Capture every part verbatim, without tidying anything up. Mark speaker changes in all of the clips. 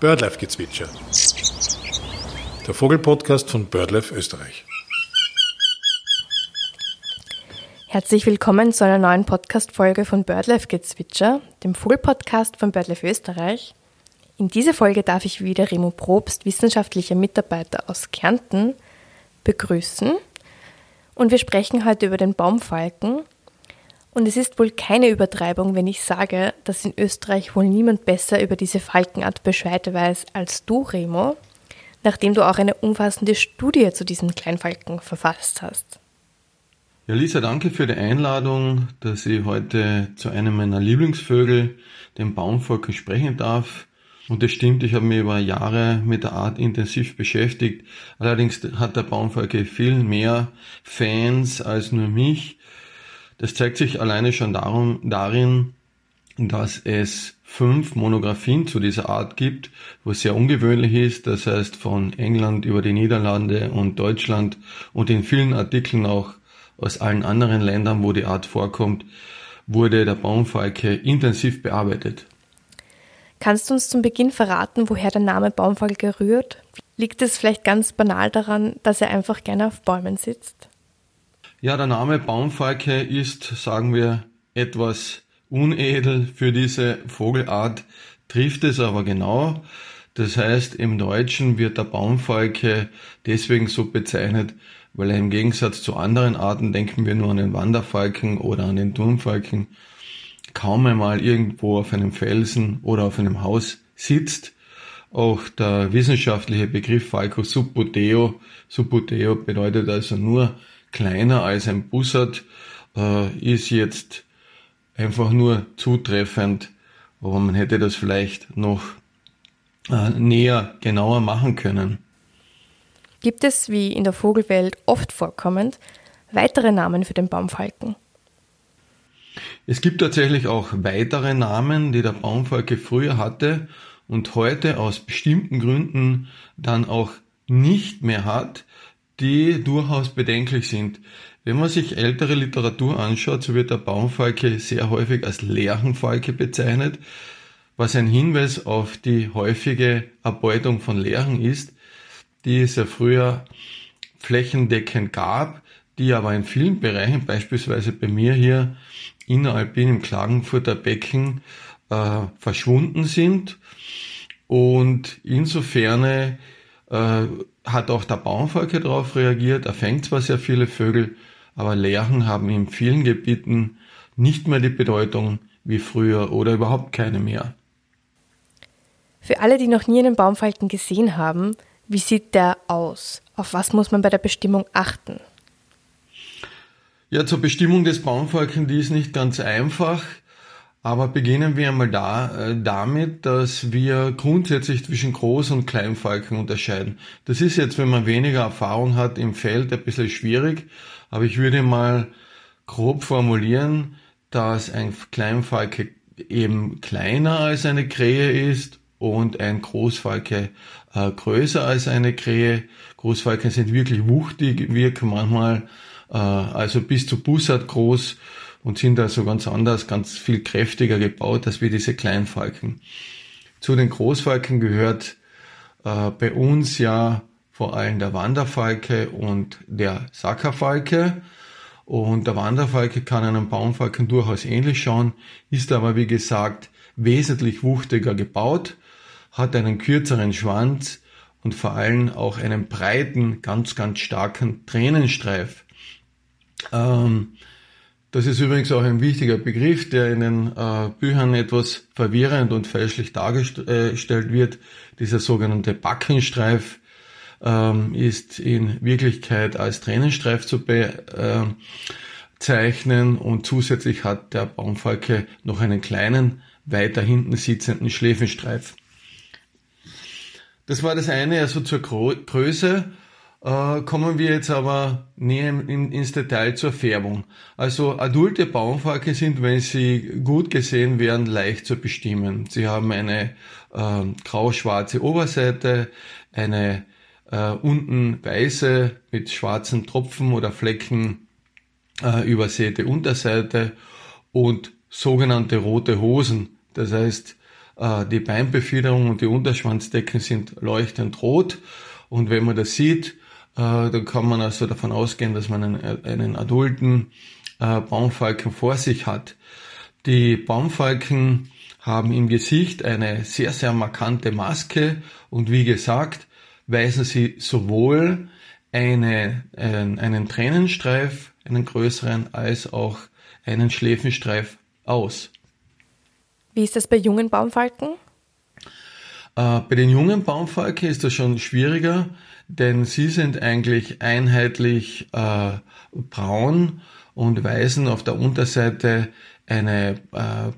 Speaker 1: Birdlife-Gezwitscher. Der Vogelpodcast von Birdlife Österreich.
Speaker 2: Herzlich willkommen zu einer neuen Podcast-Folge von Birdlife-Gezwitscher, dem Vogelpodcast von Birdlife Österreich. In dieser Folge darf ich wieder Remo Probst, wissenschaftlicher Mitarbeiter aus Kärnten, begrüßen. Und wir sprechen heute über den Baumfalken. Und es ist wohl keine Übertreibung, wenn ich sage, dass in Österreich wohl niemand besser über diese Falkenart Bescheid weiß als du, Remo, nachdem du auch eine umfassende Studie zu diesem Kleinfalken verfasst hast.
Speaker 3: Ja, Lisa, danke für die Einladung, dass ich heute zu einem meiner Lieblingsvögel, dem Baumfalken, sprechen darf. Und das stimmt, ich habe mich über Jahre mit der Art intensiv beschäftigt. Allerdings hat der Baumfalke viel mehr Fans als nur mich. Das zeigt sich alleine schon darum, darin, dass es fünf Monographien zu dieser Art gibt, was sehr ungewöhnlich ist. Das heißt, von England über die Niederlande und Deutschland und in vielen Artikeln auch aus allen anderen Ländern, wo die Art vorkommt, wurde der Baumfalke intensiv bearbeitet.
Speaker 2: Kannst du uns zum Beginn verraten, woher der Name Baumfalke rührt? Liegt es vielleicht ganz banal daran, dass er einfach gerne auf Bäumen sitzt?
Speaker 3: Ja, der Name Baumfalke ist, sagen wir, etwas unedel für diese Vogelart, trifft es aber genau. Das heißt, im Deutschen wird der Baumfalke deswegen so bezeichnet, weil er im Gegensatz zu anderen Arten, denken wir nur an den Wanderfalken oder an den Turmfalken, kaum einmal irgendwo auf einem Felsen oder auf einem Haus sitzt. Auch der wissenschaftliche Begriff Falco subuteo, subuteo bedeutet also nur kleiner als ein Bussard, äh, ist jetzt einfach nur zutreffend, aber man hätte das vielleicht noch äh, näher, genauer machen können.
Speaker 2: Gibt es, wie in der Vogelwelt oft vorkommend, weitere Namen für den Baumfalken?
Speaker 3: Es gibt tatsächlich auch weitere Namen, die der Baumfalke früher hatte und heute aus bestimmten Gründen dann auch nicht mehr hat, die durchaus bedenklich sind. Wenn man sich ältere Literatur anschaut, so wird der Baumfalke sehr häufig als Lerchenfalke bezeichnet, was ein Hinweis auf die häufige Erbeutung von Lerchen ist, die es ja früher flächendeckend gab, die aber in vielen Bereichen, beispielsweise bei mir hier inneralpin im Klagenfurter Becken, äh, verschwunden sind. Und insofern äh, hat auch der Baumfalke darauf reagiert. Er fängt zwar sehr viele Vögel, aber Lerchen haben in vielen Gebieten nicht mehr die Bedeutung wie früher oder überhaupt keine mehr.
Speaker 2: Für alle, die noch nie einen Baumfalken gesehen haben, wie sieht der aus? Auf was muss man bei der Bestimmung achten?
Speaker 3: Ja, zur Bestimmung des Baumfalken, die ist nicht ganz einfach. Aber beginnen wir einmal da, äh, damit, dass wir grundsätzlich zwischen Groß- und Kleinfalken unterscheiden. Das ist jetzt, wenn man weniger Erfahrung hat im Feld, ein bisschen schwierig, aber ich würde mal grob formulieren, dass ein Kleinfalke eben kleiner als eine Krähe ist und ein Großfalke äh, größer als eine Krähe. Großfalken sind wirklich wuchtig, wirken manchmal äh, also bis zu Bussard groß, und sind also ganz anders, ganz viel kräftiger gebaut als wie diese Kleinfalken. Zu den Großfalken gehört äh, bei uns ja vor allem der Wanderfalke und der Sackerfalke. Und der Wanderfalke kann einem Baumfalken durchaus ähnlich schauen, ist aber wie gesagt wesentlich wuchtiger gebaut, hat einen kürzeren Schwanz und vor allem auch einen breiten, ganz, ganz starken Tränenstreif. Ähm, Das ist übrigens auch ein wichtiger Begriff, der in den äh, Büchern etwas verwirrend und fälschlich dargestellt wird. Dieser sogenannte Backenstreif ähm, ist in Wirklichkeit als Tränenstreif zu bezeichnen, und zusätzlich hat der Baumfalke noch einen kleinen, weiter hinten sitzenden Schläfenstreif. Das war das eine, also zur Gro- Größe. Äh, kommen wir jetzt aber näher in, ins Detail zur Färbung. Also adulte Baumfalke sind, wenn sie gut gesehen werden, leicht zu bestimmen. Sie haben eine äh, grau-schwarze Oberseite, eine äh, unten weiße mit schwarzen Tropfen oder Flecken äh, übersäte Unterseite und sogenannte rote Hosen. Das heißt, Äh, die Beinbefiederung und die Unterschwanzdecken sind leuchtend rot. Und wenn man das sieht, äh, dann kann man also davon ausgehen, dass man einen, einen adulten äh, Baumfalken vor sich hat. Die Baumfalken haben im Gesicht eine sehr, sehr markante Maske und wie gesagt, weisen sie sowohl eine, einen, einen Tränenstreif, einen größeren, als auch einen Schläfenstreif aus.
Speaker 2: Wie ist das bei jungen Baumfalken?
Speaker 3: Äh, bei den jungen Baumfalken ist das schon schwieriger, denn sie sind eigentlich einheitlich äh, braun und weisen auf der Unterseite eine äh,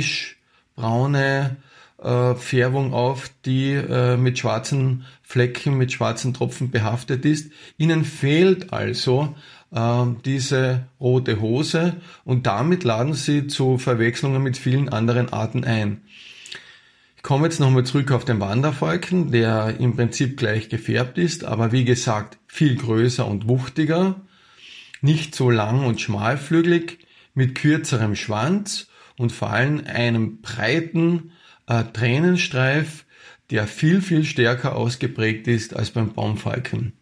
Speaker 3: beige-braune äh, Färbung auf, die äh, mit schwarzen Flecken, mit schwarzen Tropfen behaftet ist. Ihnen fehlt also äh, diese rote Hose und damit laden sie zu Verwechslungen mit vielen anderen Arten ein. Ich komme jetzt nochmal zurück auf den Wanderfalken, der im Prinzip gleich gefärbt ist, aber wie gesagt viel größer und wuchtiger, nicht so lang und schmalflügelig, mit kürzerem Schwanz und vor allem einem breiten äh, Tränenstreif, der viel, viel stärker ausgeprägt ist als beim Baumfalken.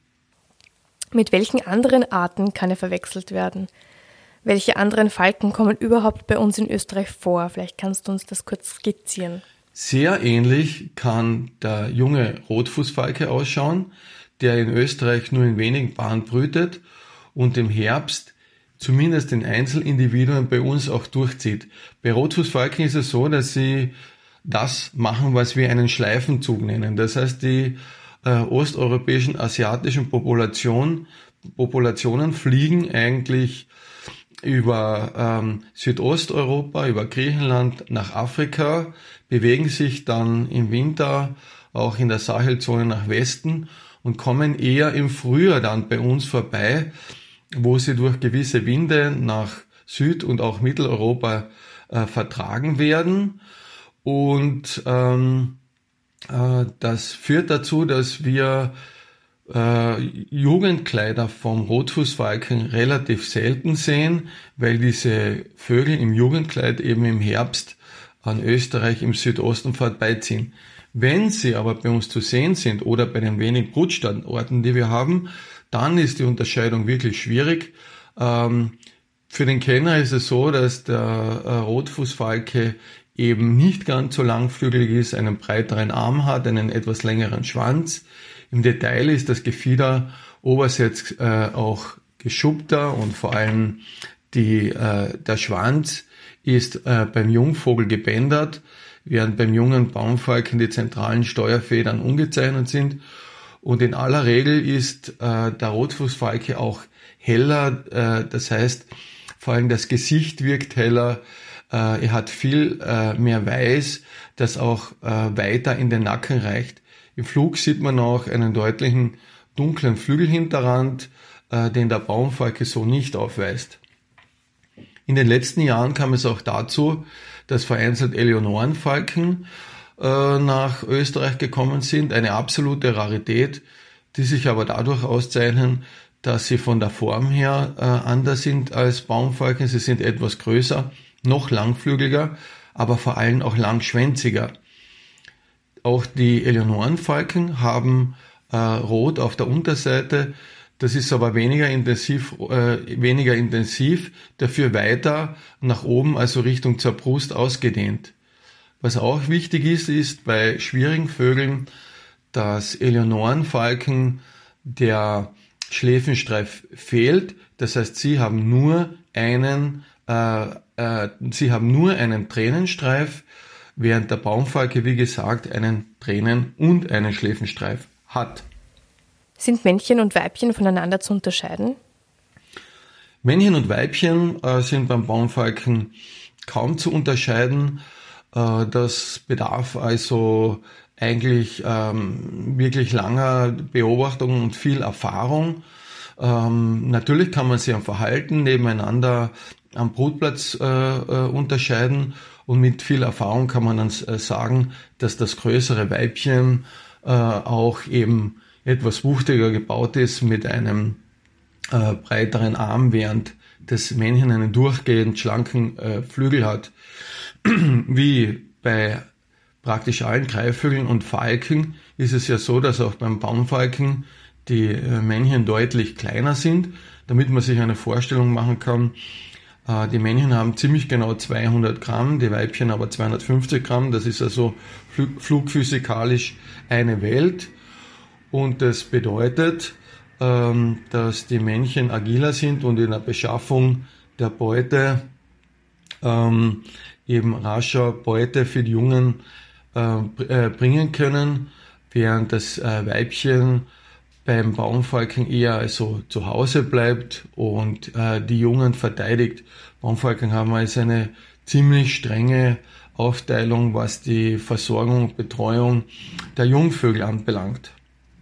Speaker 2: Mit welchen anderen Arten kann er verwechselt werden? Welche anderen Falken kommen überhaupt bei uns in Österreich vor? Vielleicht kannst du uns das kurz skizzieren.
Speaker 3: Sehr ähnlich kann der junge Rotfußfalke ausschauen, der in Österreich nur in wenigen Paaren brütet und im Herbst zumindest in Einzelindividuen bei uns auch durchzieht. Bei Rotfußfalken ist es so, dass sie das machen, was wir einen Schleifenzug nennen. Das heißt, die äh, osteuropäischen, asiatischen Population, Populationen fliegen eigentlich über ähm, Südosteuropa, über Griechenland nach Afrika, bewegen sich dann im Winter auch in der Sahelzone nach Westen und kommen eher im Frühjahr dann bei uns vorbei, wo sie durch gewisse Winde nach Süd- und auch Mitteleuropa äh, vertragen werden. Und ähm, äh, das führt dazu, dass wir äh, Jugendkleider vom Rotfußfalken relativ selten sehen, weil diese Vögel im Jugendkleid eben im Herbst an Österreich im Südosten vorbeiziehen. Wenn sie aber bei uns zu sehen sind oder bei den wenigen Brutstandorten, die wir haben, dann ist die Unterscheidung wirklich schwierig. Ähm, für den Kenner ist es so, dass der äh, Rotfußfalke eben nicht ganz so langflügelig ist, einen breiteren Arm hat, einen etwas längeren Schwanz. Im Detail ist das Gefieder oberseits äh, auch geschuppter und vor allem die, äh, der Schwanz ist äh, beim Jungvogel gebändert, während beim jungen Baumfalken die zentralen Steuerfedern ungezeichnet sind. Und in aller Regel ist äh, der Rotfußfalke auch heller, äh, das heißt, vor allem das Gesicht wirkt heller, äh, er hat viel äh, mehr Weiß, das auch äh, weiter in den Nacken reicht. Im Flug sieht man auch einen deutlichen dunklen Flügelhinterrand, äh, den der Baumfalke so nicht aufweist. In den letzten Jahren kam es auch dazu, dass vereinzelt Eleonorenfalken äh, nach Österreich gekommen sind, eine absolute Rarität, die sich aber dadurch auszeichnen, dass sie von der Form her äh, anders sind als Baumfalken. Sie sind etwas größer, noch langflügeliger, aber vor allem auch langschwänziger. Auch die Eleonorenfalken haben äh, Rot auf der Unterseite. Das ist aber weniger intensiv, äh, weniger intensiv, dafür weiter nach oben, also Richtung zur Brust ausgedehnt. Was auch wichtig ist, ist bei schwierigen Vögeln, dass Eleonorenfalken der Schläfenstreif fehlt. Das heißt, sie haben nur einen, äh, äh, sie haben nur einen Tränenstreif, während der Baumfalke, wie gesagt, einen Tränen- und einen Schläfenstreif hat.
Speaker 2: Sind Männchen und Weibchen voneinander zu unterscheiden?
Speaker 3: Männchen und Weibchen äh, sind beim Baumfalken kaum zu unterscheiden. Äh, das bedarf also eigentlich ähm, wirklich langer Beobachtung und viel Erfahrung. Ähm, natürlich kann man sie am Verhalten nebeneinander am Brutplatz äh, äh, unterscheiden und mit viel Erfahrung kann man dann äh, sagen, dass das größere Weibchen äh, auch eben etwas wuchtiger gebaut ist mit einem äh, breiteren Arm, während das Männchen einen durchgehend schlanken äh, Flügel hat. Wie bei praktisch allen Greifvögeln und Falken ist es ja so, dass auch beim Baumfalken die Männchen deutlich kleiner sind, damit man sich eine Vorstellung machen kann. Die Männchen haben ziemlich genau zweihundert Gramm, die Weibchen aber zweihundertfünfzig Gramm. Das ist also flugphysikalisch eine Welt. Und das bedeutet, dass die Männchen agiler sind und in der Beschaffung der Beute eben rascher Beute für die Jungen bringen können, während das Weibchen beim Baumfalken eher also zu Hause bleibt und äh, die Jungen verteidigt. Baumfalken haben also eine ziemlich strenge Aufteilung, was die Versorgung und Betreuung der Jungvögel anbelangt.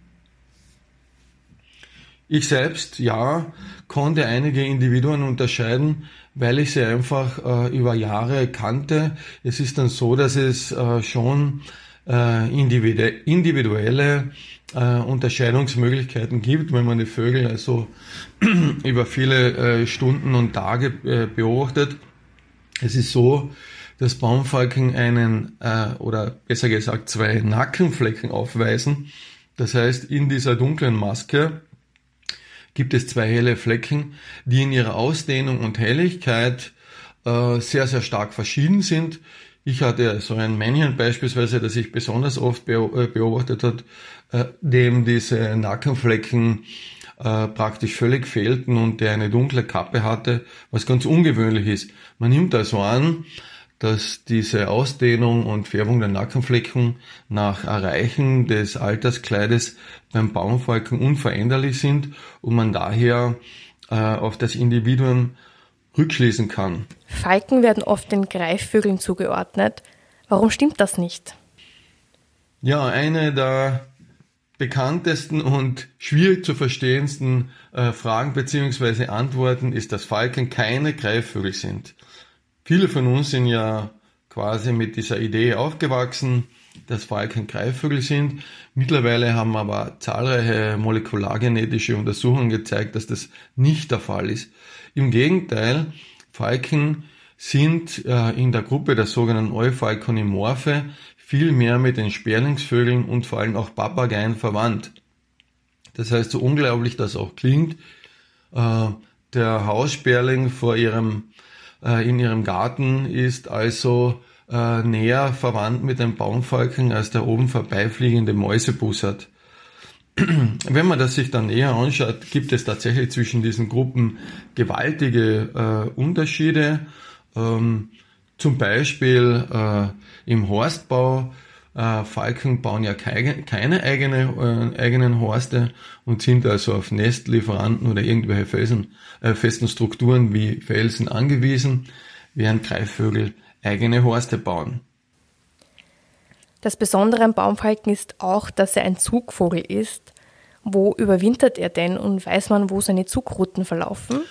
Speaker 3: Ich selbst, ja, konnte einige Individuen unterscheiden, weil ich sie einfach äh, über Jahre kannte. Es ist dann so, dass es äh, schon äh, individuelle Äh, Unterscheidungsmöglichkeiten gibt, wenn man die Vögel also über viele äh, Stunden und Tage äh, beobachtet. Es ist so, dass Baumfalken einen äh, oder besser gesagt zwei Nackenflecken aufweisen. Das heißt, in dieser dunklen Maske gibt es zwei helle Flecken, die in ihrer Ausdehnung und Helligkeit äh, sehr, sehr stark verschieden sind. Ich hatte so ein Männchen beispielsweise, das ich besonders oft beobachtet hat, dem diese Nackenflecken äh, praktisch völlig fehlten und der eine dunkle Kappe hatte, was ganz ungewöhnlich ist. Man nimmt also an, dass diese Ausdehnung und Färbung der Nackenflecken nach Erreichen des Alterskleides beim Baumfalken unveränderlich sind und man daher äh, auf das Individuum rückschließen kann.
Speaker 2: Falken werden oft den Greifvögeln zugeordnet. Warum stimmt das nicht?
Speaker 3: Ja, eine der bekanntesten und schwierig zu verstehendsten äh, Fragen bzw. Antworten ist, dass Falken keine Greifvögel sind. Viele von uns sind ja quasi mit dieser Idee aufgewachsen, dass Falken Greifvögel sind. Mittlerweile haben aber zahlreiche molekulargenetische Untersuchungen gezeigt, dass das nicht der Fall ist. Im Gegenteil, Falken sind äh, in der Gruppe der sogenannten Euphalkonimorphe viel mehr mit den Sperlingsvögeln und vor allem auch Papageien verwandt. Das heißt, so unglaublich das auch klingt, äh, der Haussperling vor ihrem, äh, in ihrem Garten ist also äh, näher verwandt mit dem Baumfalken als der oben vorbeifliegende Mäusebussard. Wenn man das sich dann näher anschaut, gibt es tatsächlich zwischen diesen Gruppen gewaltige äh, Unterschiede. Ähm, zum Beispiel äh, im Horstbau, äh, Falken bauen ja keine, keine eigene, äh, eigenen Horste und sind also auf Nestlieferanten oder irgendwelche Felsen, äh, festen Strukturen wie Felsen angewiesen, während Greifvögel eigene Horste bauen.
Speaker 2: Das Besondere am Baumfalken ist auch, dass er ein Zugvogel ist. Wo überwintert er denn und weiß man, wo seine Zugrouten verlaufen?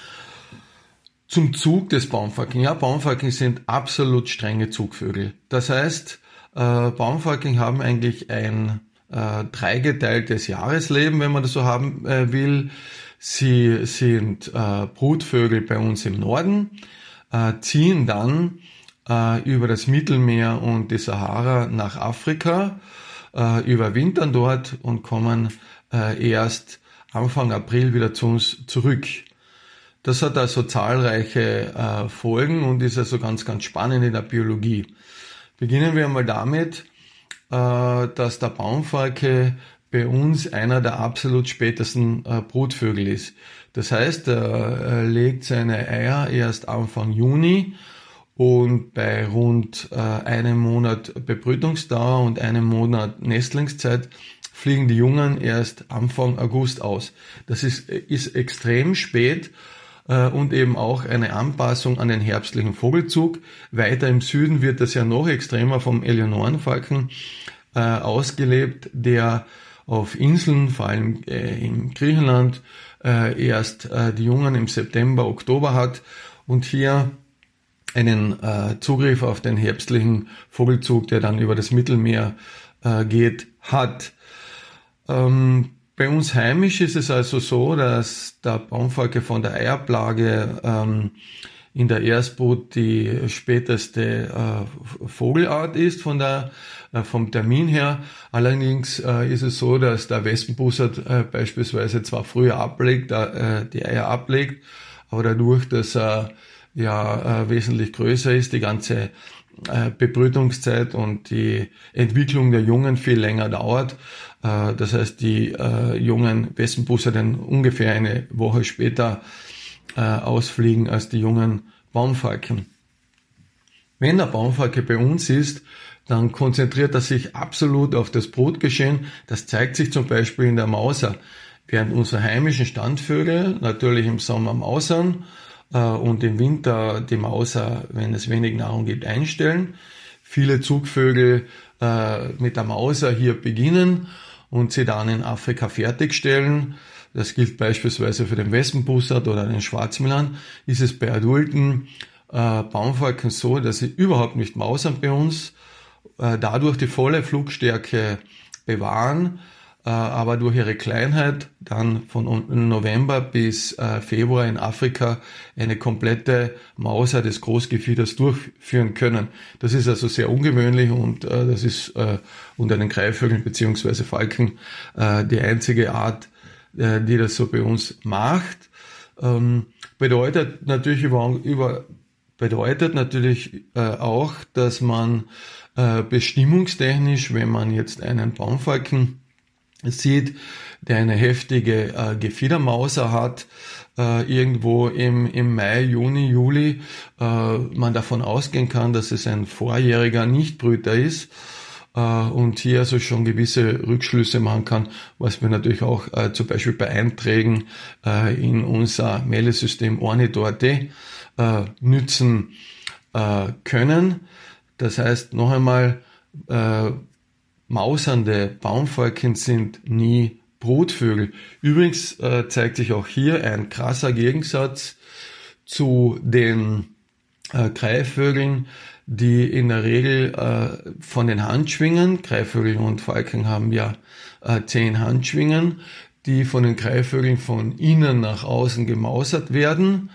Speaker 3: Zum Zug des Baumfalken. Ja, Baumfalken sind absolut strenge Zugvögel. Das heißt, äh, Baumfalken haben eigentlich ein äh, dreigeteiltes Jahresleben, wenn man das so haben äh, will. Sie sind äh, Brutvögel bei uns im Norden, äh, ziehen dann äh, über das Mittelmeer und die Sahara nach Afrika, äh, überwintern dort und kommen äh, erst Anfang April wieder zu uns zurück. Das hat also zahlreiche äh, Folgen und ist also ganz, ganz spannend in der Biologie. Beginnen wir einmal damit, äh, dass der Baumfalke bei uns einer der absolut spätesten äh, Brutvögel ist. Das heißt, er äh, legt seine Eier erst Anfang Juni und bei rund äh, einem Monat Bebrütungsdauer und einem Monat Nestlingszeit fliegen die Jungen erst Anfang August aus. Das ist, ist extrem spät äh, und eben auch eine Anpassung an den herbstlichen Vogelzug. Weiter im Süden wird das ja noch extremer vom Eleonorenfalken äh, ausgelebt, der auf Inseln, vor allem äh, in Griechenland, äh, erst äh, die Jungen im September, Oktober hat und hier einen äh, Zugriff auf den herbstlichen Vogelzug, der dann über das Mittelmeer äh, geht, hat. Ähm, bei uns heimisch ist es also so, dass der Baumfalke von der Eierplage ähm, in der Erstbrut die späteste äh, Vogelart ist von der, äh, vom Termin her. Allerdings äh, ist es so, dass der Wespenbussard äh, beispielsweise zwar früher ablegt, äh, die Eier ablegt, aber dadurch, dass er ja äh, wesentlich größer ist, die ganze äh, Bebrütungszeit und die Entwicklung der Jungen viel länger dauert. Äh, das heißt, die äh, jungen Wespenbussarden ungefähr eine Woche später äh, ausfliegen als die jungen Baumfalken. Wenn der Baumfalke bei uns ist, dann konzentriert er sich absolut auf das Brutgeschehen. Das zeigt sich zum Beispiel in der Mauser. Während unsere heimischen Standvögel natürlich im Sommer mausern äh, und im Winter die Mauser, wenn es wenig Nahrung gibt, einstellen. Viele Zugvögel äh, mit der Mauser hier beginnen und sie dann in Afrika fertigstellen. Das gilt beispielsweise für den Wespenbussard oder den Schwarzmilan. Ist es bei adulten äh, Baumfalken so, dass sie überhaupt nicht mausern bei uns, äh, dadurch die volle Flugstärke bewahren, aber durch ihre Kleinheit dann von November bis äh, Februar in Afrika eine komplette Mauser des Großgefieders durchführen können. Das ist also sehr ungewöhnlich und äh, das ist äh, unter den Greifvögeln beziehungsweise Falken äh, die einzige Art, äh, die das so bei uns macht. Ähm, bedeutet natürlich über, über bedeutet natürlich äh, auch, dass man äh, bestimmungstechnisch, wenn man jetzt einen Baumfalken sieht, der eine heftige äh, Gefiedermauser hat, äh, irgendwo im, im Mai, Juni, Juli, äh, man davon ausgehen kann, dass es ein vorjähriger Nichtbrüter ist äh, und hier also schon gewisse Rückschlüsse machen kann, was wir natürlich auch äh, zum Beispiel bei Einträgen äh, in unser Meldesystem Ornithorte äh, nützen äh, können. Das heißt, noch einmal, äh, mausernde Baumfalken sind nie Brutvögel. Übrigens äh, zeigt sich auch hier ein krasser Gegensatz zu den äh, Greifvögeln, die in der Regel äh, von den Handschwingen, Greifvögel und Falken haben ja äh, zehn Handschwingen, die von den Greifvögeln von innen nach außen gemausert werden.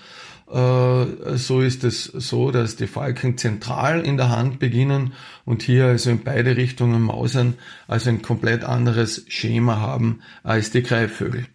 Speaker 3: So ist es so, dass die Falken zentral in der Hand beginnen und hier also in beide Richtungen mausern, also ein komplett anderes Schema haben als die Greifvögel.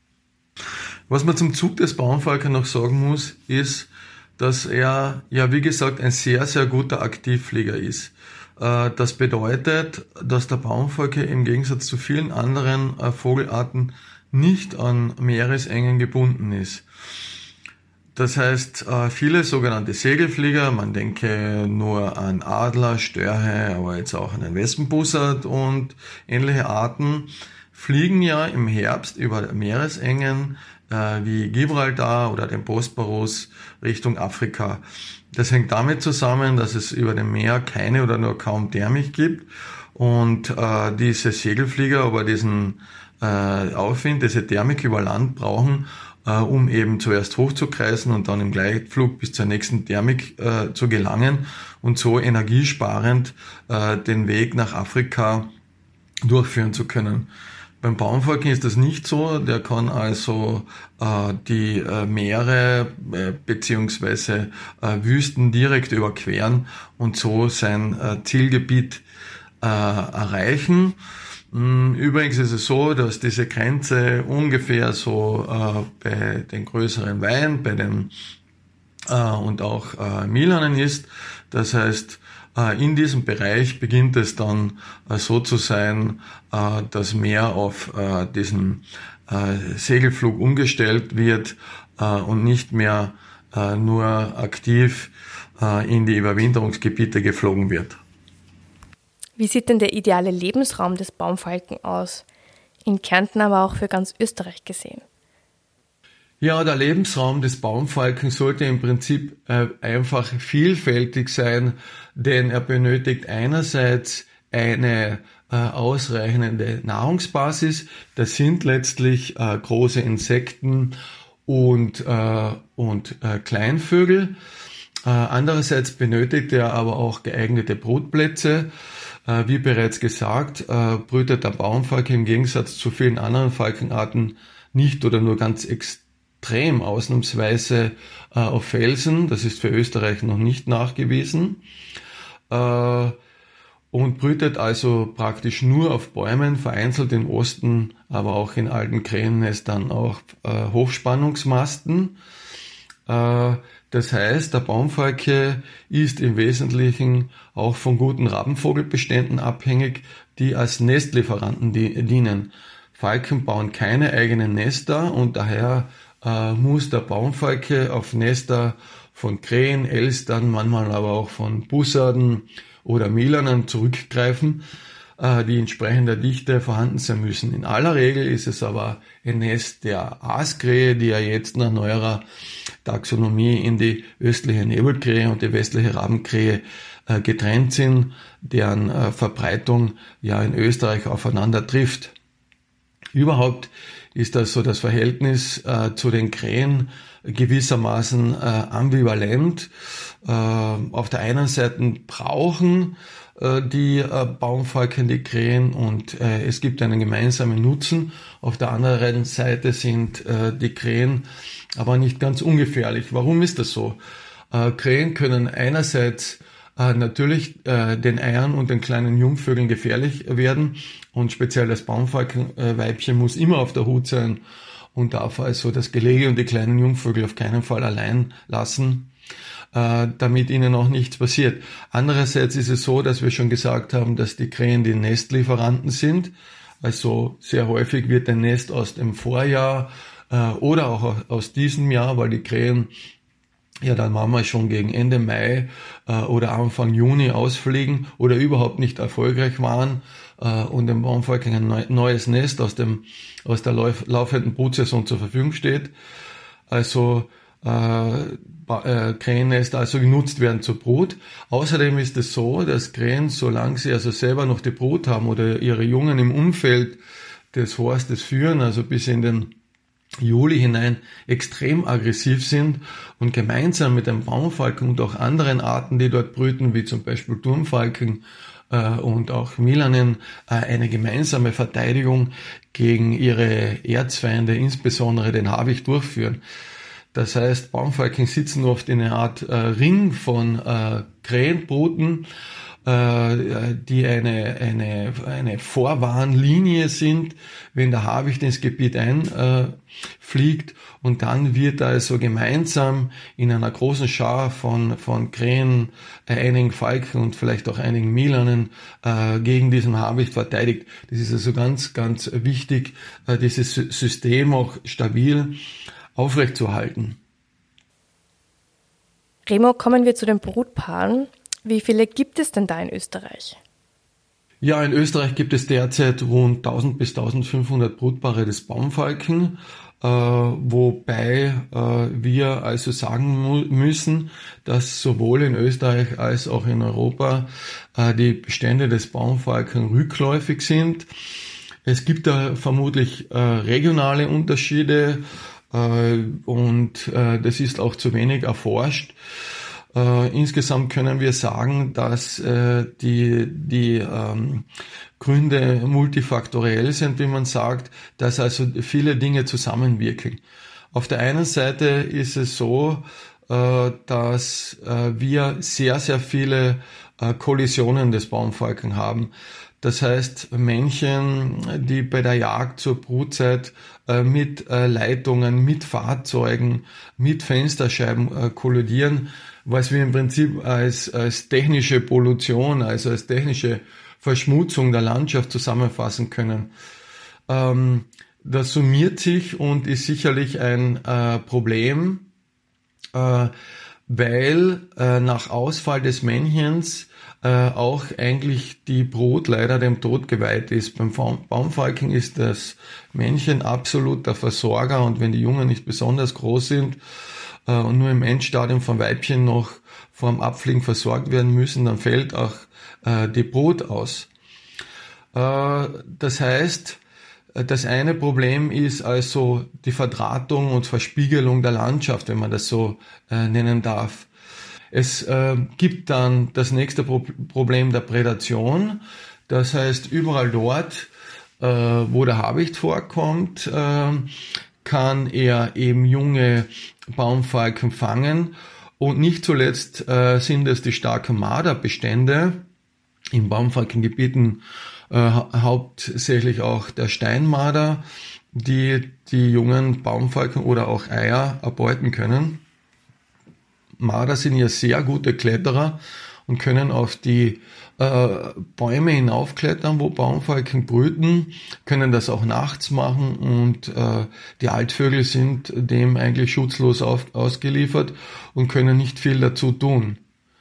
Speaker 3: Was man zum Zug des Baumfalken noch sagen muss, ist, dass er ja wie gesagt ein sehr, sehr guter Aktivflieger ist. Das bedeutet, dass der Baumfalke im Gegensatz zu vielen anderen Vogelarten nicht an Meeresengen gebunden ist. Das heißt, viele sogenannte Segelflieger, man denke nur an Adler, Störche, aber jetzt auch an den Wespenbussard und ähnliche Arten, fliegen ja im Herbst über Meeresengen äh, wie Gibraltar oder den Bosporus Richtung Afrika. Das hängt damit zusammen, dass es über dem Meer keine oder nur kaum Thermik gibt und äh, diese Segelflieger aber diesen äh, Aufwind, diese Thermik über Land brauchen, um eben zuerst hochzukreisen und dann im Gleitflug bis zur nächsten Thermik äh, zu gelangen und so energiesparend äh, den Weg nach Afrika durchführen zu können. Beim Baumfalken ist das nicht so, der kann also äh, die äh, Meere äh, beziehungsweise äh, Wüsten direkt überqueren und so sein äh, Zielgebiet äh, erreichen. Übrigens ist es so, dass diese Grenze ungefähr so äh, bei den größeren Weihen, bei den äh, und auch äh, Milanen ist. Das heißt, äh, in diesem Bereich beginnt es dann äh, so zu sein, äh, dass mehr auf äh, diesen äh, Segelflug umgestellt wird äh, und nicht mehr äh, nur aktiv äh, in die Überwinterungsgebiete geflogen wird.
Speaker 2: Wie sieht denn der ideale Lebensraum des Baumfalken aus? In Kärnten, aber auch für ganz Österreich gesehen.
Speaker 3: Ja, der Lebensraum des Baumfalken sollte im Prinzip äh, einfach vielfältig sein, denn er benötigt einerseits eine äh, ausreichende Nahrungsbasis. Das sind letztlich äh, große Insekten und, äh, und äh, Kleinvögel. Äh, andererseits benötigt er aber auch geeignete Brutplätze. Wie bereits gesagt, brütet der Baumfalke im Gegensatz zu vielen anderen Falkenarten nicht oder nur ganz ex- extrem ausnahmsweise äh, auf Felsen. Das ist für Österreich noch nicht nachgewiesen. Äh, und brütet also praktisch nur auf Bäumen, vereinzelt im Osten, aber auch in alten Krähennestern auch äh, Hochspannungsmasten. Äh, das heißt, der Baumfalke ist im Wesentlichen auch von guten Rabenvogelbeständen abhängig, die als Nestlieferanten die, dienen. Falken bauen keine eigenen Nester und daher äh, muss der Baumfalke auf Nester von Krähen, Elstern, manchmal aber auch von Bussarden oder Milanen zurückgreifen, äh, die entsprechender Dichte vorhanden sein müssen. In aller Regel ist es aber ein Nest der Aaskrähe, die ja jetzt nach neuerer Taxonomie in die östliche Nebelkrähe und die westliche Rabenkrähe äh, getrennt sind, deren äh, Verbreitung ja in Österreich aufeinander trifft. Überhaupt ist das so das Verhältnis äh, zu den Krähen gewissermaßen äh, ambivalent. Äh, auf der einen Seite brauchen äh, die äh, Baumfalken die Krähen und äh, es gibt einen gemeinsamen Nutzen. Auf der anderen Seite sind äh, die Krähen aber nicht ganz ungefährlich. Warum ist das so? Äh, Krähen können einerseits äh, natürlich äh, den Eiern und den kleinen Jungvögeln gefährlich werden und speziell das Baumfalkenweibchen äh, muss immer auf der Hut sein und darf also das Gelege und die kleinen Jungvögel auf keinen Fall allein lassen, äh, damit ihnen auch nichts passiert. Andererseits ist es so, dass wir schon gesagt haben, dass die Krähen die Nestlieferanten sind. Also sehr häufig wird ein Nest aus dem Vorjahr äh, oder auch aus diesem Jahr, weil die Krähen ja dann manchmal schon gegen Ende Mai äh, oder Anfang Juni ausfliegen oder überhaupt nicht erfolgreich waren äh, und dem Baumfalken ein neu, neues Nest aus dem aus der lauf, laufenden Brutsaison zur Verfügung steht. Also äh, äh, Krähennester also genutzt werden zur Brut. Außerdem ist es so, dass Krähen, solange sie also selber noch die Brut haben oder ihre Jungen im Umfeld des Horstes führen, also bis in den Juli hinein extrem aggressiv sind und gemeinsam mit dem Baumfalken und auch anderen Arten, die dort brüten, wie zum Beispiel Turmfalken äh, und auch Milanen, äh, eine gemeinsame Verteidigung gegen ihre Erzfeinde, insbesondere den Habicht, durchführen. Das heißt, Baumfalken sitzen oft in einer Art äh, Ring von äh, Krähenbruten, die eine, eine, eine Vorwarnlinie sind, wenn der Habicht ins Gebiet einfliegt, und dann wird also gemeinsam in einer großen Schar von, von Krähen, einigen Falken und vielleicht auch einigen Milanen äh, gegen diesen Habicht verteidigt. Das ist also ganz, ganz wichtig, äh, dieses System auch stabil aufrechtzuerhalten.
Speaker 2: Remo, kommen wir zu den Brutpaaren. Wie viele gibt es denn da in Österreich?
Speaker 3: Ja, in Österreich gibt es derzeit rund tausend bis eintausendfünfhundert Brutpaare des Baumfalken, äh, wobei äh, wir also sagen mu- müssen, dass sowohl in Österreich als auch in Europa äh, die Bestände des Baumfalken rückläufig sind. Es gibt da vermutlich äh, regionale Unterschiede äh, und äh, das ist auch zu wenig erforscht. Äh, insgesamt können wir sagen, dass äh, die, die ähm, Gründe multifaktoriell sind, wie man sagt, dass also viele Dinge zusammenwirken. Auf der einen Seite ist es so, äh, dass äh, wir sehr, sehr viele äh, Kollisionen des Baumfalken haben. Das heißt, Männchen, die bei der Jagd zur Brutzeit äh, mit äh, Leitungen, mit Fahrzeugen, mit Fensterscheiben äh, kollidieren, was wir im Prinzip als, als technische Pollution, also als technische Verschmutzung der Landschaft zusammenfassen können. Ähm, das summiert sich und ist sicherlich ein äh, Problem, äh, weil äh, nach Ausfall des Männchens äh, auch eigentlich die Brut leider dem Tod geweiht ist. Beim Baumfalken ist das Männchen absolut der Versorger, und wenn die Jungen nicht besonders groß sind äh, und nur im Endstadium vom Weibchen noch vorm Abfliegen versorgt werden müssen, dann fällt auch äh, die Brut aus. Äh, das heißt, das eine Problem ist also die Verdrahtung und Verspiegelung der Landschaft, wenn man das so äh, nennen darf. Es äh, gibt dann das nächste Pro- Problem der Prädation. Das heißt, überall dort, äh, wo der Habicht vorkommt, äh, kann er eben junge Baumfalken fangen. Und nicht zuletzt äh, sind es die starken Marderbestände in Baumfalkengebieten, äh, hauptsächlich auch der Steinmarder, die die jungen Baumfalken oder auch Eier erbeuten können. Marder sind ja sehr gute Kletterer und können auf die äh, Bäume hinaufklettern, wo Baumfalken brüten, können das auch nachts machen und äh, die Altvögel sind dem eigentlich schutzlos auf, ausgeliefert und können nicht viel dazu tun.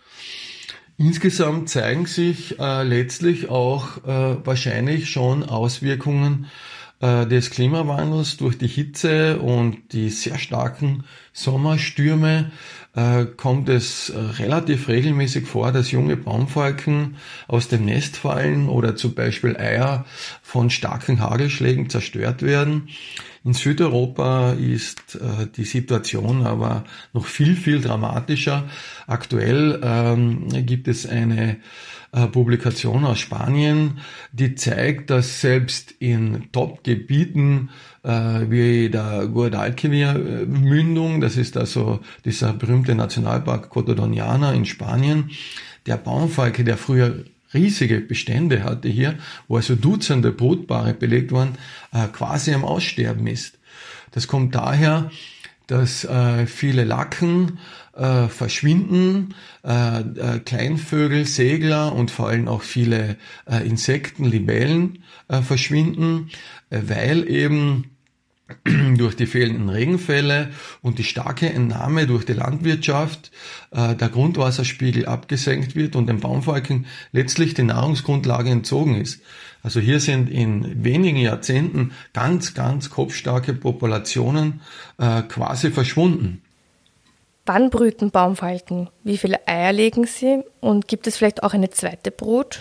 Speaker 3: Insgesamt zeigen sich äh, letztlich auch äh, wahrscheinlich schon Auswirkungen äh, des Klimawandels durch die Hitze und die sehr starken Sommerstürme. Äh, kommt es äh, relativ regelmäßig vor, dass junge Baumfalken aus dem Nest fallen oder zum Beispiel Eier von starken Hagelschlägen zerstört werden. In Südeuropa ist äh, die Situation aber noch viel, viel dramatischer. Aktuell ähm, gibt es eine äh, Publikation aus Spanien, die zeigt, dass selbst in Top-Gebieten äh, wie der Guadalquivir-Mündung, das ist also dieser berühmte Nationalpark Cotodoniana in Spanien, der Baumfalke, der früher riesige Bestände hatte hier, wo also Dutzende Brutpaare belegt waren, äh, quasi am Aussterben ist. Das kommt daher, dass äh, viele Lacken äh, verschwinden, äh, äh, Kleinvögel, Segler und vor allem auch viele äh, Insekten, Libellen äh, verschwinden, äh, weil eben durch die fehlenden Regenfälle und die starke Entnahme durch die Landwirtschaft äh, der Grundwasserspiegel abgesenkt wird und den Baumfalken letztlich die Nahrungsgrundlage entzogen ist. Also hier sind in wenigen Jahrzehnten ganz, ganz kopfstarke Populationen äh, quasi verschwunden.
Speaker 2: Wann brüten Baumfalken? Wie viele Eier legen sie? Und gibt es vielleicht auch eine zweite Brut?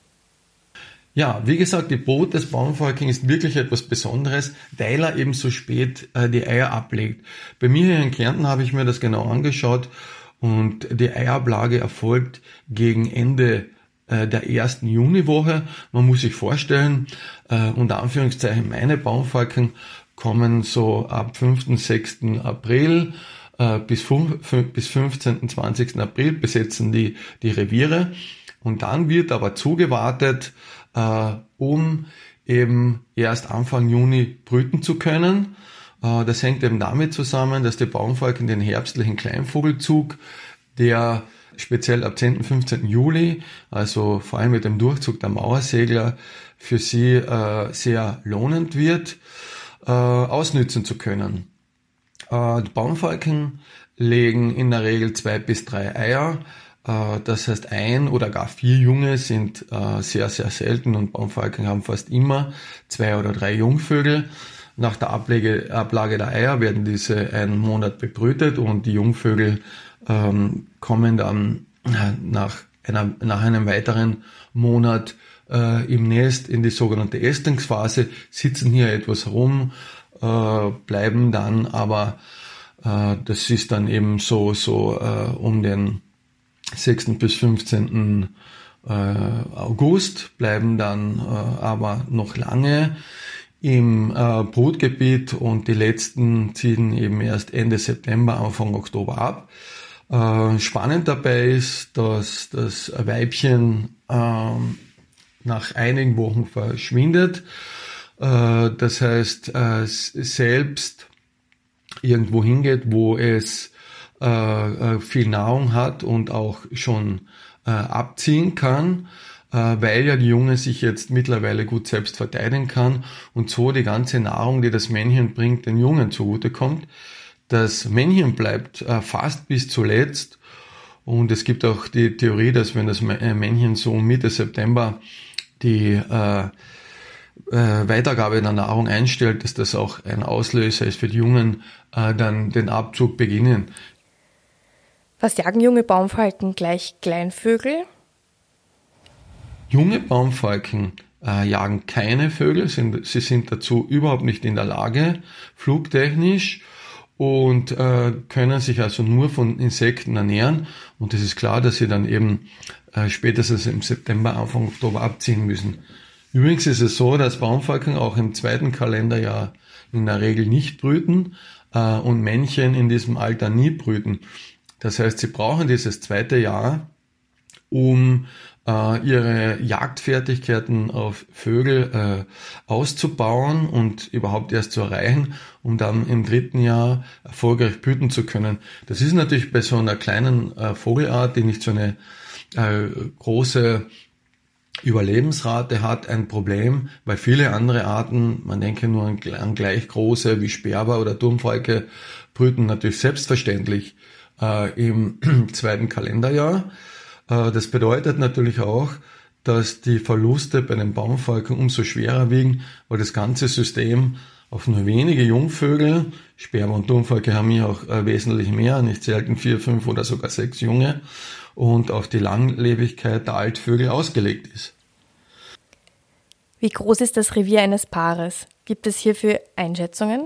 Speaker 3: Ja, wie gesagt, die Brut des Baumfalken ist wirklich etwas Besonderes, weil er eben so spät äh, die Eier ablegt. Bei mir hier in Kärnten habe ich mir das genau angeschaut und die Eiablage erfolgt gegen Ende äh, der ersten Juniwoche. Man muss sich vorstellen, äh, unter Anführungszeichen meine Baumfalken kommen so ab fünften, sechsten April äh, bis, bis fünfzehnten, zwanzigsten April besetzen die, die Reviere und dann wird aber zugewartet, Uh, um eben erst Anfang Juni brüten zu können. Uh, das hängt eben damit zusammen, dass die Baumfalken den herbstlichen Kleinvogelzug, der speziell ab zehnten, fünfzehnten Juli, also vor allem mit dem Durchzug der Mauersegler, für sie uh, sehr lohnend wird, uh, ausnützen zu können. Uh, die Baumfalken legen in der Regel zwei bis drei Eier. Das heißt, ein oder gar vier Junge sind äh, sehr, sehr selten und Baumfalken haben fast immer zwei oder drei Jungvögel. Nach der Ablage, Ablage der Eier werden diese einen Monat bebrütet und die Jungvögel ähm, kommen dann nach, einer, nach einem weiteren Monat äh, im Nest in die sogenannte Ästungsphase, sitzen hier etwas rum, äh, bleiben dann aber, äh, das ist dann eben so, so äh, um den sechsten bis fünfzehnten August, bleiben dann äh, aber noch lange im äh, Brutgebiet und die letzten ziehen eben erst Ende September, Anfang Oktober ab. Äh, spannend dabei ist, dass das Weibchen äh, nach einigen Wochen verschwindet. Äh, das heißt, äh, selbst irgendwo hingeht, wo es äh, viel Nahrung hat und auch schon äh, abziehen kann, äh, weil ja die Junge sich jetzt mittlerweile gut selbst verteidigen kann und so die ganze Nahrung, die das Männchen bringt, den Jungen zugutekommt. Das Männchen bleibt äh, fast bis zuletzt und es gibt auch die Theorie, dass wenn das Männchen so Mitte September die äh, äh, Weitergabe der Nahrung einstellt, dass das auch ein Auslöser ist für die Jungen, äh, dann den Abzug beginnen.
Speaker 2: Was jagen junge Baumfalken gleich Kleinvögel?
Speaker 3: Junge Baumfalken äh, jagen keine Vögel, sind, sie sind dazu überhaupt nicht in der Lage, flugtechnisch, und äh, können sich also nur von Insekten ernähren. Und es ist klar, dass sie dann eben äh, spätestens im September, Anfang Oktober abziehen müssen. Übrigens ist es so, dass Baumfalken auch im zweiten Kalenderjahr in der Regel nicht brüten äh, und Männchen in diesem Alter nie brüten. Das heißt, sie brauchen dieses zweite Jahr, um äh, ihre Jagdfertigkeiten auf Vögel äh, auszubauen und überhaupt erst zu erreichen, um dann im dritten Jahr erfolgreich brüten zu können. Das ist natürlich bei so einer kleinen äh, Vogelart, die nicht so eine äh, große Überlebensrate hat, ein Problem, weil viele andere Arten, man denke nur an, an gleich große wie Sperber oder Turmfalke, brüten natürlich selbstverständlich äh, im zweiten Kalenderjahr. Äh, das bedeutet natürlich auch, dass die Verluste bei den Baumfalken umso schwerer wiegen, weil das ganze System auf nur wenige Jungvögel, Sperber und Turmfalke haben hier auch äh, wesentlich mehr, nicht selten vier, fünf oder sogar sechs Junge, und auf die Langlebigkeit der Altvögel ausgelegt ist.
Speaker 2: Wie groß ist das Revier eines Paares? Gibt es hierfür Einschätzungen?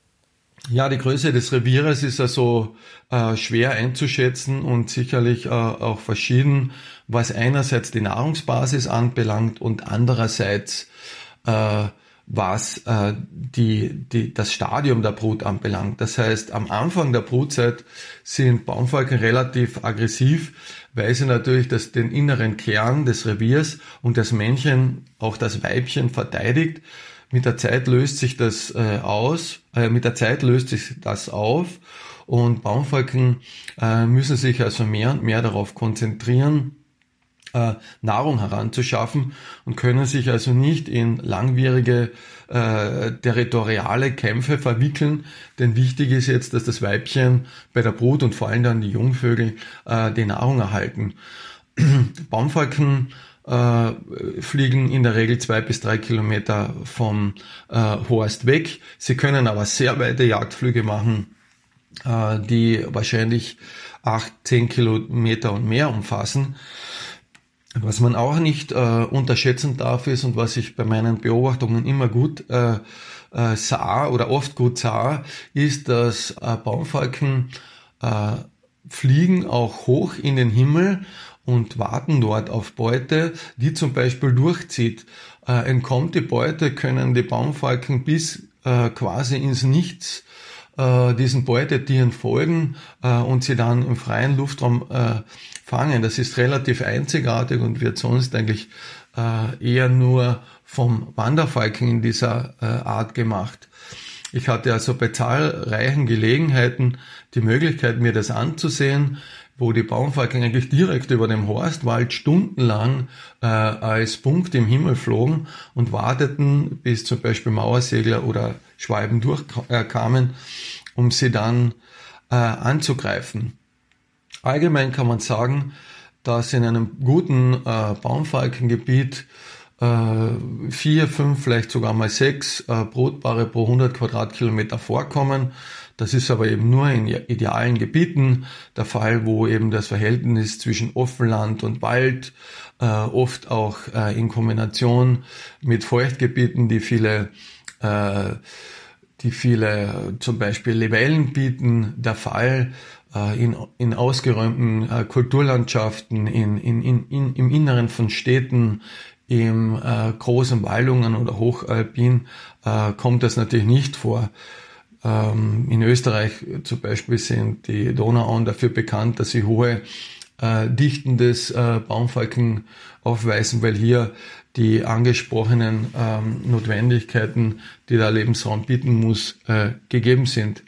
Speaker 3: Ja, die Größe des Revieres ist also äh, schwer einzuschätzen und sicherlich äh, auch verschieden, was einerseits die Nahrungsbasis anbelangt und andererseits äh, was äh, die, die, das Stadium der Brut anbelangt. Das heißt, am Anfang der Brutzeit sind Baumfalken relativ aggressiv, weil sie natürlich das, den inneren Kern des Reviers und das Männchen, auch das Weibchen, verteidigt. Mit der Zeit löst sich das äh, aus, äh, mit der Zeit löst sich das auf und Baumfalken äh, müssen sich also mehr und mehr darauf konzentrieren, Nahrung heranzuschaffen und können sich also nicht in langwierige äh, territoriale Kämpfe verwickeln, denn wichtig ist jetzt, dass das Weibchen bei der Brut und vor allem dann die Jungvögel äh, die Nahrung erhalten. Baumfalken äh, fliegen in der Regel zwei bis drei Kilometer vom äh, Horst weg. Sie können aber sehr weite Jagdflüge machen, äh, die wahrscheinlich acht, zehn Kilometer und mehr umfassen. Was man auch nicht äh, unterschätzen darf ist und was ich bei meinen Beobachtungen immer gut äh, äh, sah oder oft gut sah, ist, dass äh, Baumfalken äh, fliegen auch hoch in den Himmel und warten dort auf Beute, die zum Beispiel durchzieht. Äh, entkommt die Beute, können die Baumfalken bis äh, quasi ins Nichts äh, diesen Beutetieren folgen äh, und sie dann im freien Luftraum äh, fangen. Das ist relativ einzigartig und wird sonst eigentlich äh, eher nur vom Wanderfalken in dieser äh, Art gemacht. Ich hatte also bei zahlreichen Gelegenheiten die Möglichkeit, mir das anzusehen, wo die Baumfalken eigentlich direkt über dem Horstwald stundenlang äh, als Punkt im Himmel flogen und warteten, bis zum Beispiel Mauersegler oder Schwalben durchkamen, um sie dann äh, anzugreifen. Allgemein kann man sagen, dass in einem guten äh, Baumfalkengebiet äh, vier, fünf, vielleicht sogar mal sechs äh, Brutpaare pro hundert Quadratkilometer vorkommen. Das ist aber eben nur in idealen Gebieten der Fall, wo eben das Verhältnis zwischen Offenland und Wald, äh, oft auch äh, in Kombination mit Feuchtgebieten, die viele äh, die viele zum Beispiel Libellen bieten, der Fall. In, in ausgeräumten äh, Kulturlandschaften, in, in, in, im Inneren von Städten, im äh, großen Waldungen oder Hochalpin äh, kommt das natürlich nicht vor. Ähm, in Österreich zum Beispiel sind die Donauauen dafür bekannt, dass sie hohe äh, Dichten des äh, Baumfalken aufweisen, weil hier die angesprochenen ähm, Notwendigkeiten, die der Lebensraum bieten muss, äh, gegeben sind.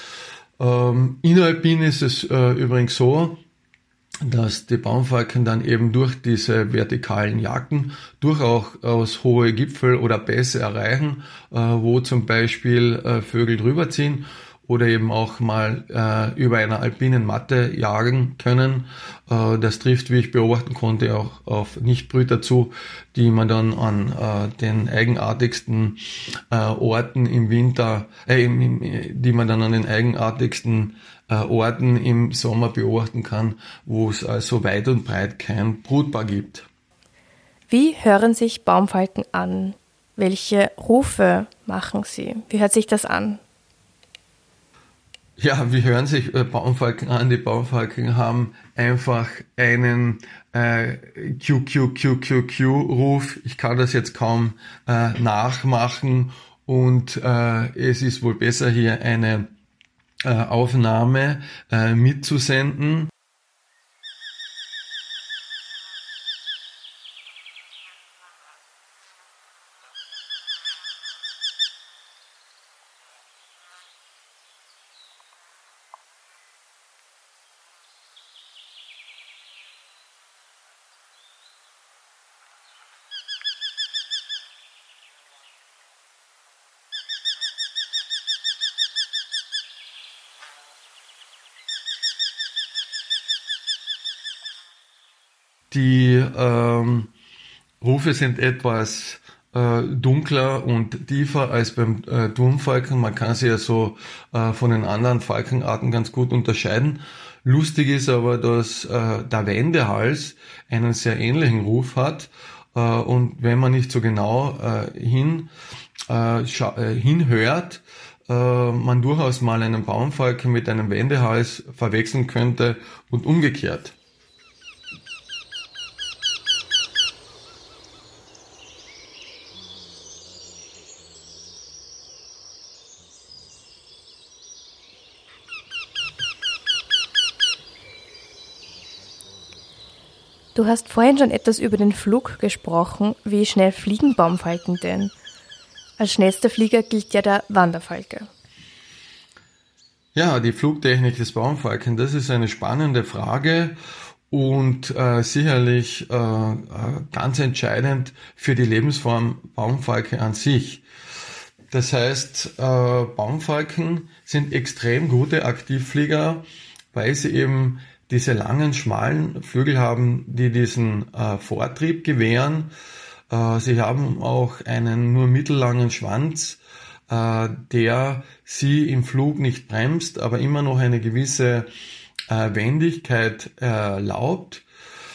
Speaker 3: Ähm, inneralpin ist es äh, übrigens so, dass die Baumfalken dann eben durch diese vertikalen Jagden durchaus hohe Gipfel oder Pässe erreichen, äh, wo zum Beispiel äh, Vögel drüber ziehen oder eben auch mal äh, über einer alpinen Matte jagen können. Äh, das trifft, wie ich beobachten konnte, auch auf Nichtbrüter zu, die man dann an äh, den eigenartigsten äh, Orten im Winter, äh, im, im, die man dann an den eigenartigsten äh, Orten im Sommer beobachten kann, wo es also weit und breit kein Brutpaar gibt.
Speaker 2: Wie hören sich Baumfalken an? Welche Rufe machen sie? Wie hört sich das an?
Speaker 3: Ja, wie hören sich äh, Baumfalken an? Die Baumfalken haben einfach einen äh, Q Q Q Q Q-Ruf. Ich kann das jetzt kaum äh, nachmachen und äh, es ist wohl besser, hier eine äh, Aufnahme äh, mitzusenden. Die ähm, Rufe sind etwas äh, dunkler und tiefer als beim äh, Turmfalken. Man kann sie ja so äh, von den anderen Falkenarten ganz gut unterscheiden. Lustig ist aber, dass äh, der Wendehals einen sehr ähnlichen Ruf hat. Äh, und wenn man nicht so genau äh, hin, äh, scha- äh, hinhört, äh, man durchaus mal einen Baumfalken mit einem Wendehals verwechseln könnte und umgekehrt.
Speaker 2: Du hast vorhin schon etwas über den Flug gesprochen. Wie schnell fliegen Baumfalken denn? Als schnellster Flieger gilt ja der Wanderfalke.
Speaker 3: Ja, die Flugtechnik des Baumfalken, das ist eine spannende Frage und äh, sicherlich äh, äh, ganz entscheidend für die Lebensform Baumfalke an sich. Das heißt, äh, Baumfalken sind extrem gute Aktivflieger, weil sie eben diese langen, schmalen Flügel haben, die diesen äh, Vortrieb gewähren. Äh, sie haben auch einen nur mittellangen Schwanz, äh, der sie im Flug nicht bremst, aber immer noch eine gewisse äh, Wendigkeit erlaubt.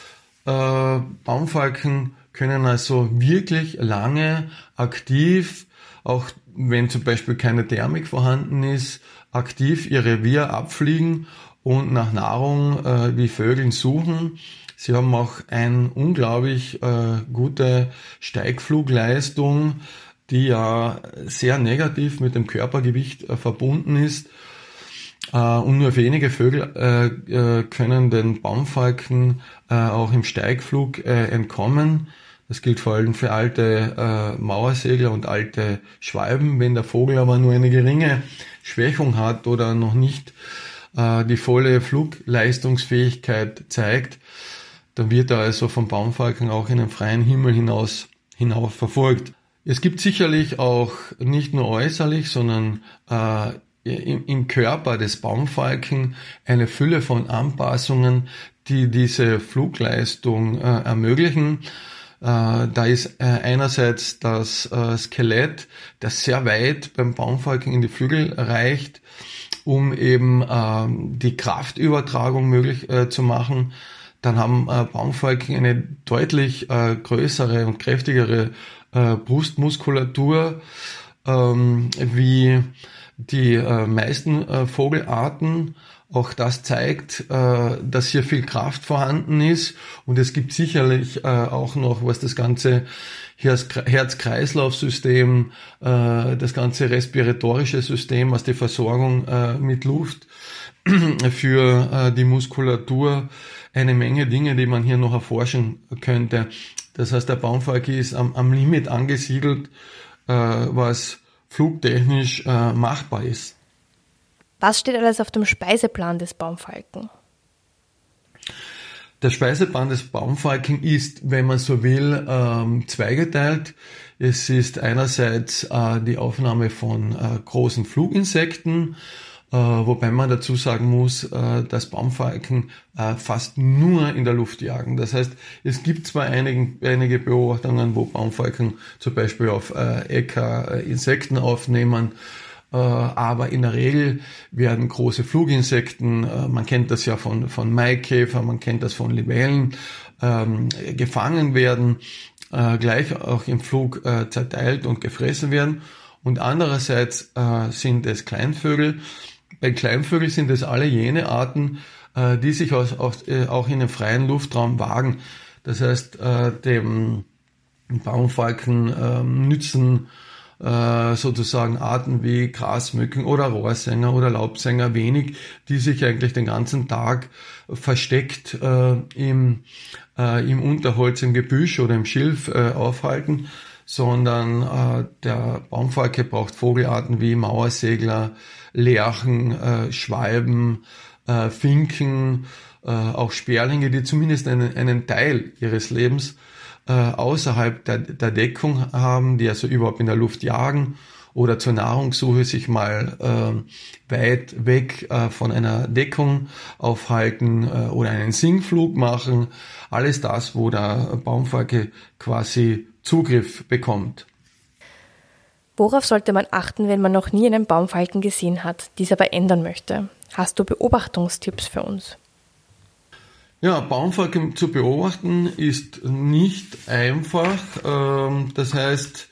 Speaker 3: Äh, Baumfalken können also wirklich lange aktiv, auch wenn zum Beispiel keine Thermik vorhanden ist, aktiv ihr Revier abfliegen und nach Nahrung äh, wie Vögeln suchen. Sie haben auch eine unglaublich äh, gute Steigflugleistung, die ja sehr negativ mit dem Körpergewicht äh, verbunden ist. Äh, und nur wenige Vögel äh, äh, können den Baumfalken äh, auch im Steigflug äh, entkommen. Das gilt vor allem für alte äh, Mauersegler und alte Schwalben. Wenn der Vogel aber nur eine geringe Schwächung hat oder noch nicht die volle Flugleistungsfähigkeit zeigt, dann wird er also vom Baumfalken auch in den freien Himmel hinaus hinauf verfolgt. Es gibt sicherlich auch nicht nur äußerlich, sondern äh, im, im Körper des Baumfalken eine Fülle von Anpassungen, die diese Flugleistung äh, ermöglichen. Äh, da ist äh, einerseits das äh, Skelett, das sehr weit beim Baumfalken in die Flügel reicht, um eben ähm, die Kraftübertragung möglich äh, zu machen. Dann haben äh, Baumfalken eine deutlich äh, größere und kräftigere äh, Brustmuskulatur ähm, wie die äh, meisten äh, Vogelarten. Auch das zeigt, äh, dass hier viel Kraft vorhanden ist. Und es gibt sicherlich äh, auch noch, was das ganze Herz-Kreislauf-System, äh, das ganze respiratorische System, was die Versorgung äh, mit Luft für äh, die Muskulatur, eine Menge Dinge, die man hier noch erforschen könnte. Das heißt, der Baumfalke ist am, am Limit angesiedelt, äh, was flugtechnisch äh, machbar ist.
Speaker 2: Was steht alles auf dem Speiseplan des Baumfalken?
Speaker 3: Der Speiseplan des Baumfalken ist, wenn man so will, ähm, zweigeteilt. Es ist einerseits äh, die Aufnahme von äh, großen Fluginsekten, äh, wobei man dazu sagen muss, äh, dass Baumfalken äh, fast nur in der Luft jagen. Das heißt, es gibt zwar einigen, einige Beobachtungen, wo Baumfalken zum Beispiel auf äh, Äcker äh, Insekten aufnehmen, aber in der Regel werden große Fluginsekten, man kennt das ja von, von Maikäfer, man kennt das von Libellen, ähm, gefangen werden, äh, gleich auch im Flug äh, zerteilt und gefressen werden. Und andererseits äh, sind es Kleinvögel, Bei Kleinvögeln sind es alle jene Arten, äh, die sich aus, aus, äh, auch in den freien Luftraum wagen. Das heißt, äh, dem Baumfalken äh, nützen äh, sozusagen Arten wie Grasmücken oder Rohrsänger oder Laubsänger wenig, die sich eigentlich den ganzen Tag versteckt äh, im, äh, im Unterholz, im Gebüsch oder im Schilf äh, aufhalten, sondern äh, der Baumfalke braucht Vogelarten wie Mauersegler, Lerchen, äh, Schwalben, äh, Finken, äh, auch Sperlinge, die zumindest einen, einen Teil ihres Lebens äh, außerhalb der, der Deckung haben, die also überhaupt in der Luft jagen oder zur Nahrungssuche sich mal äh, weit weg äh, von einer Deckung aufhalten äh, oder einen Singflug machen. Alles das, wo der Baumfalke quasi Zugriff bekommt.
Speaker 2: Worauf sollte man achten, wenn man noch nie einen Baumfalken gesehen hat, dies aber ändern möchte? Hast du Beobachtungstipps für uns?
Speaker 3: Ja, Baumfalken zu beobachten ist nicht einfach. Das heißt,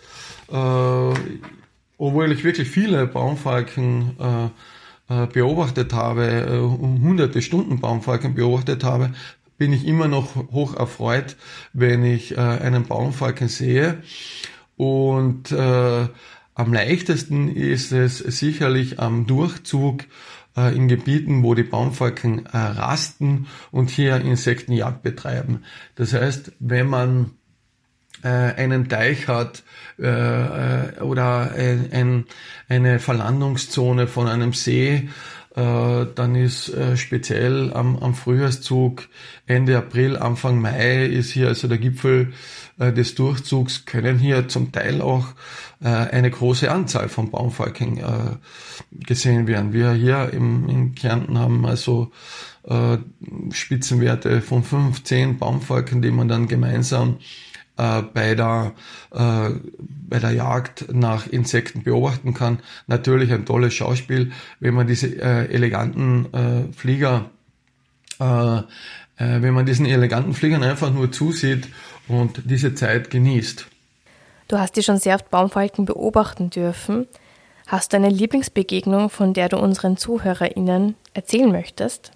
Speaker 3: obwohl ich wirklich viele Baumfalken beobachtet habe, hunderte Stunden Baumfalken beobachtet habe, bin ich immer noch hoch erfreut, wenn ich einen Baumfalken sehe. Und äh, am leichtesten ist es sicherlich am Durchzug äh, in Gebieten, wo die Baumfalken äh, rasten und hier Insektenjagd betreiben. Das heißt, wenn man äh, einen Teich hat äh, oder ein, ein, eine Verlandungszone von einem See, äh, dann ist äh, speziell am, am Frühjahrszug Ende April, Anfang Mai ist hier also der Gipfel des Durchzugs, können hier zum Teil auch äh, eine große Anzahl von Baumfalken äh, gesehen werden. Wir hier im, in Kärnten haben also äh, Spitzenwerte von fünf, zehn Baumfalken, die man dann gemeinsam äh, bei der äh, bei der Jagd nach Insekten beobachten kann. Natürlich ein tolles Schauspiel, wenn man diese äh, eleganten äh, Flieger äh, äh, wenn man diesen eleganten Fliegern einfach nur zusieht und diese Zeit genießt.
Speaker 2: Du hast dich schon sehr oft Baumfalken beobachten dürfen. Hast du eine Lieblingsbegegnung, von der du unseren ZuhörerInnen erzählen möchtest?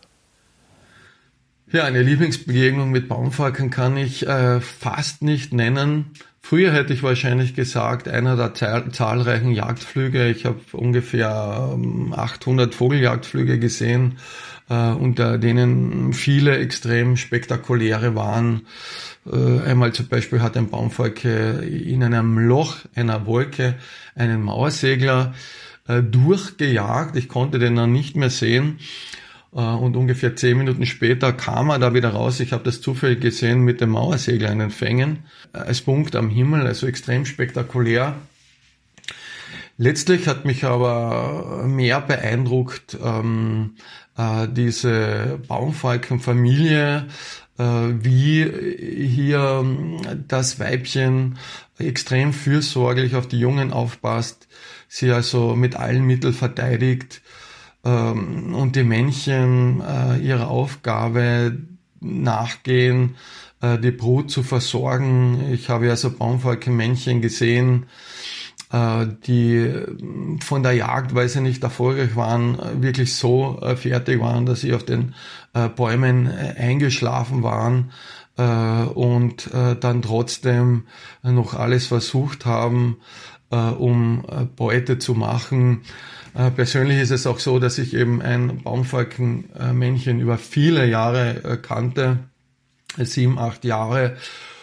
Speaker 3: Ja, eine Lieblingsbegegnung mit Baumfalken kann ich äh, fast nicht nennen. Früher hätte ich wahrscheinlich gesagt, einer der zahl- zahlreichen Jagdflüge. Ich habe ungefähr ähm, achthundert Vogeljagdflüge gesehen, äh, unter denen viele extrem spektakuläre waren. Äh, einmal zum Beispiel hat ein Baumfalke in einem Loch einer Wolke einen Mauersegler äh, durchgejagt. Ich konnte den dann nicht mehr sehen. Und ungefähr zehn Minuten später kam er da wieder raus. Ich habe das zufällig gesehen mit dem Mauersegler in den Fängen. Als Punkt am Himmel, also extrem spektakulär. Letztlich hat mich aber mehr beeindruckt ähm, äh, diese Baumfalkenfamilie, äh, wie hier das Weibchen extrem fürsorglich auf die Jungen aufpasst, sie also mit allen Mitteln verteidigt, und die Männchen äh, ihrer Aufgabe nachgehen, äh, die Brut zu versorgen. Ich habe also Baumfalkenmännchen gesehen, äh, die von der Jagd, weil sie nicht erfolgreich waren, wirklich so äh, fertig waren, dass sie auf den äh, Bäumen äh, eingeschlafen waren äh, und äh, dann trotzdem noch alles versucht haben, äh, um äh, Beute zu machen. Persönlich ist es auch so, dass ich eben ein Baumfalkenmännchen über viele Jahre kannte, sieben, acht Jahre,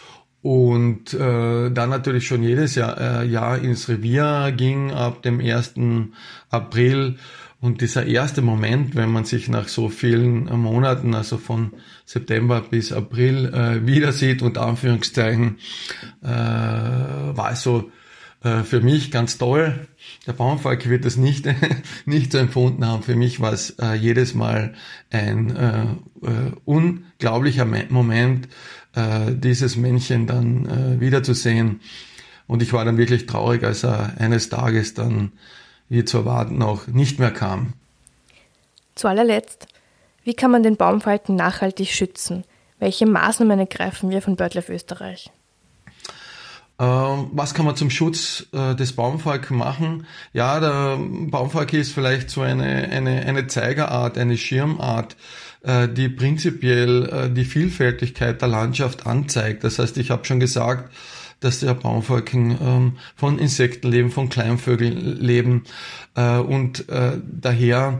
Speaker 3: und äh, dann natürlich schon jedes Jahr, äh, Jahr ins Revier ging ab dem ersten April. Und dieser erste Moment, wenn man sich nach so vielen Monaten, also von September bis April, äh, wieder sieht, unter Anführungszeichen, äh, war es so für mich ganz toll. Der Baumfalke wird das nicht, nicht so empfunden haben. Für mich war es äh, jedes Mal ein äh, äh, unglaublicher Moment, äh, dieses Männchen dann äh, wiederzusehen. Und ich war dann wirklich traurig, als er eines Tages dann, wie zu erwarten, auch nicht mehr kam.
Speaker 2: Zu allerletzt, wie kann man den Baumfalken nachhaltig schützen? Welche Maßnahmen ergreifen wir von BirdLife Österreich?
Speaker 3: Was kann man zum Schutz äh, des Baumfalken machen? Ja, der Baumfalke ist vielleicht so eine, eine, eine Zeigerart, eine Schirmart, äh, die prinzipiell äh, die Vielfältigkeit der Landschaft anzeigt. Das heißt, ich habe schon gesagt, dass der Baumfalken ähm, von Insekten leben, von Kleinvögeln leben äh, und äh, daher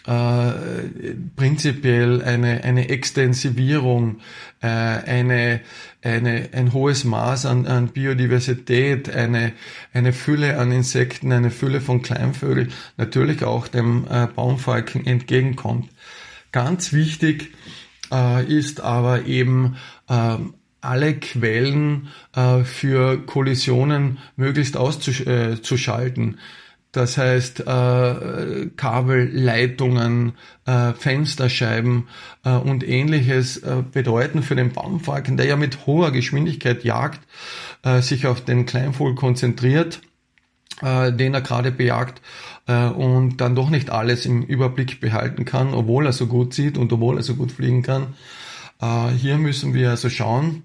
Speaker 3: äh, prinzipiell eine, eine Extensivierung, äh, eine, eine, ein hohes Maß an, an Biodiversität, eine, eine Fülle an Insekten, eine Fülle von Kleinvögeln natürlich auch dem äh, Baumfalken entgegenkommt. Ganz wichtig äh, ist aber eben äh, alle Quellen äh, für Kollisionen möglichst auszuschalten. Das heißt, äh, Kabel, Leitungen, äh, Fensterscheiben äh, und Ähnliches äh, bedeuten für den Baumfalken, der ja mit hoher Geschwindigkeit jagt, äh, sich auf den Kleinvogel konzentriert, äh, den er gerade bejagt äh, und dann doch nicht alles im Überblick behalten kann, obwohl er so gut sieht und obwohl er so gut fliegen kann. Äh, hier müssen wir also schauen,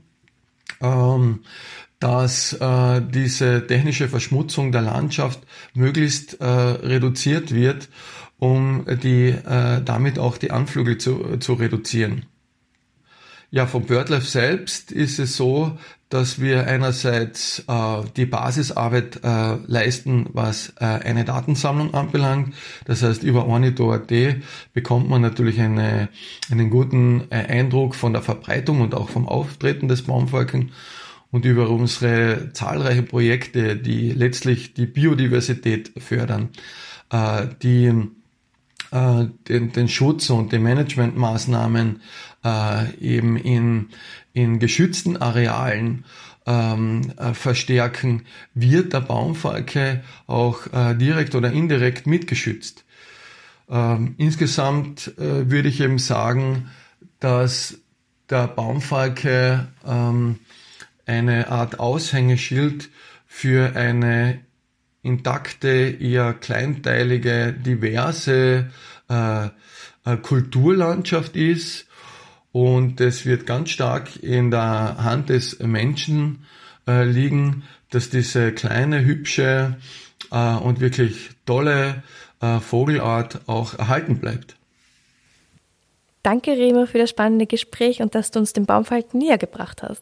Speaker 3: ähm, dass äh, diese technische Verschmutzung der Landschaft möglichst äh, reduziert wird, um die äh, damit auch die Anflüge zu, zu reduzieren. Ja, vom BirdLife selbst ist es so, dass wir einerseits äh, die Basisarbeit äh, leisten, was äh, eine Datensammlung anbelangt. Das heißt, über ornitho punkt at bekommt man natürlich eine, einen guten äh, Eindruck von der Verbreitung und auch vom Auftreten des Baumfalken. Und über unsere zahlreichen Projekte, die letztlich die Biodiversität fördern, äh, die äh, den, den Schutz und die Managementmaßnahmen äh, eben in, in geschützten Arealen ähm, äh, verstärken, wird der Baumfalke auch äh, direkt oder indirekt mitgeschützt. Ähm, insgesamt äh, würde ich eben sagen, dass der Baumfalke ähm, eine Art Aushängeschild für eine intakte, eher kleinteilige, diverse äh, Kulturlandschaft ist. Und es wird ganz stark in der Hand des Menschen äh, liegen, dass diese kleine, hübsche äh, und wirklich tolle äh, Vogelart auch erhalten bleibt.
Speaker 2: Danke, Remo, für das spannende Gespräch und dass du uns den Baumfalken näher gebracht hast.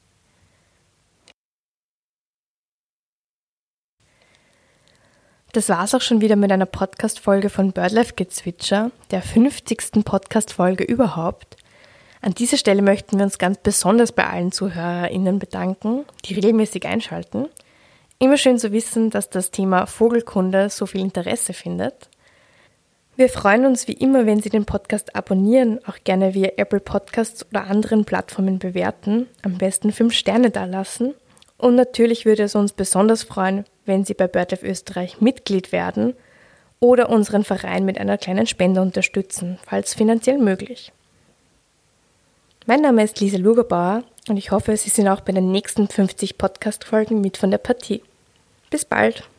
Speaker 2: Das war's auch schon wieder mit einer Podcast-Folge von BirdLife Gezwitscher, der fünfzigsten Podcast-Folge überhaupt. An dieser Stelle möchten wir uns ganz besonders bei allen ZuhörerInnen bedanken, die regelmäßig einschalten. Immer schön zu wissen, dass das Thema Vogelkunde so viel Interesse findet. Wir freuen uns wie immer, wenn Sie den Podcast abonnieren, auch gerne via Apple Podcasts oder anderen Plattformen bewerten, am besten fünf Sterne dalassen. Und natürlich würde es uns besonders freuen, wenn Sie bei BirdLife Österreich Mitglied werden oder unseren Verein mit einer kleinen Spende unterstützen, falls finanziell möglich. Mein Name ist Lisa Lugerbauer und ich hoffe, Sie sind auch bei den nächsten fünfzig Podcast-Folgen mit von der Partie. Bis bald!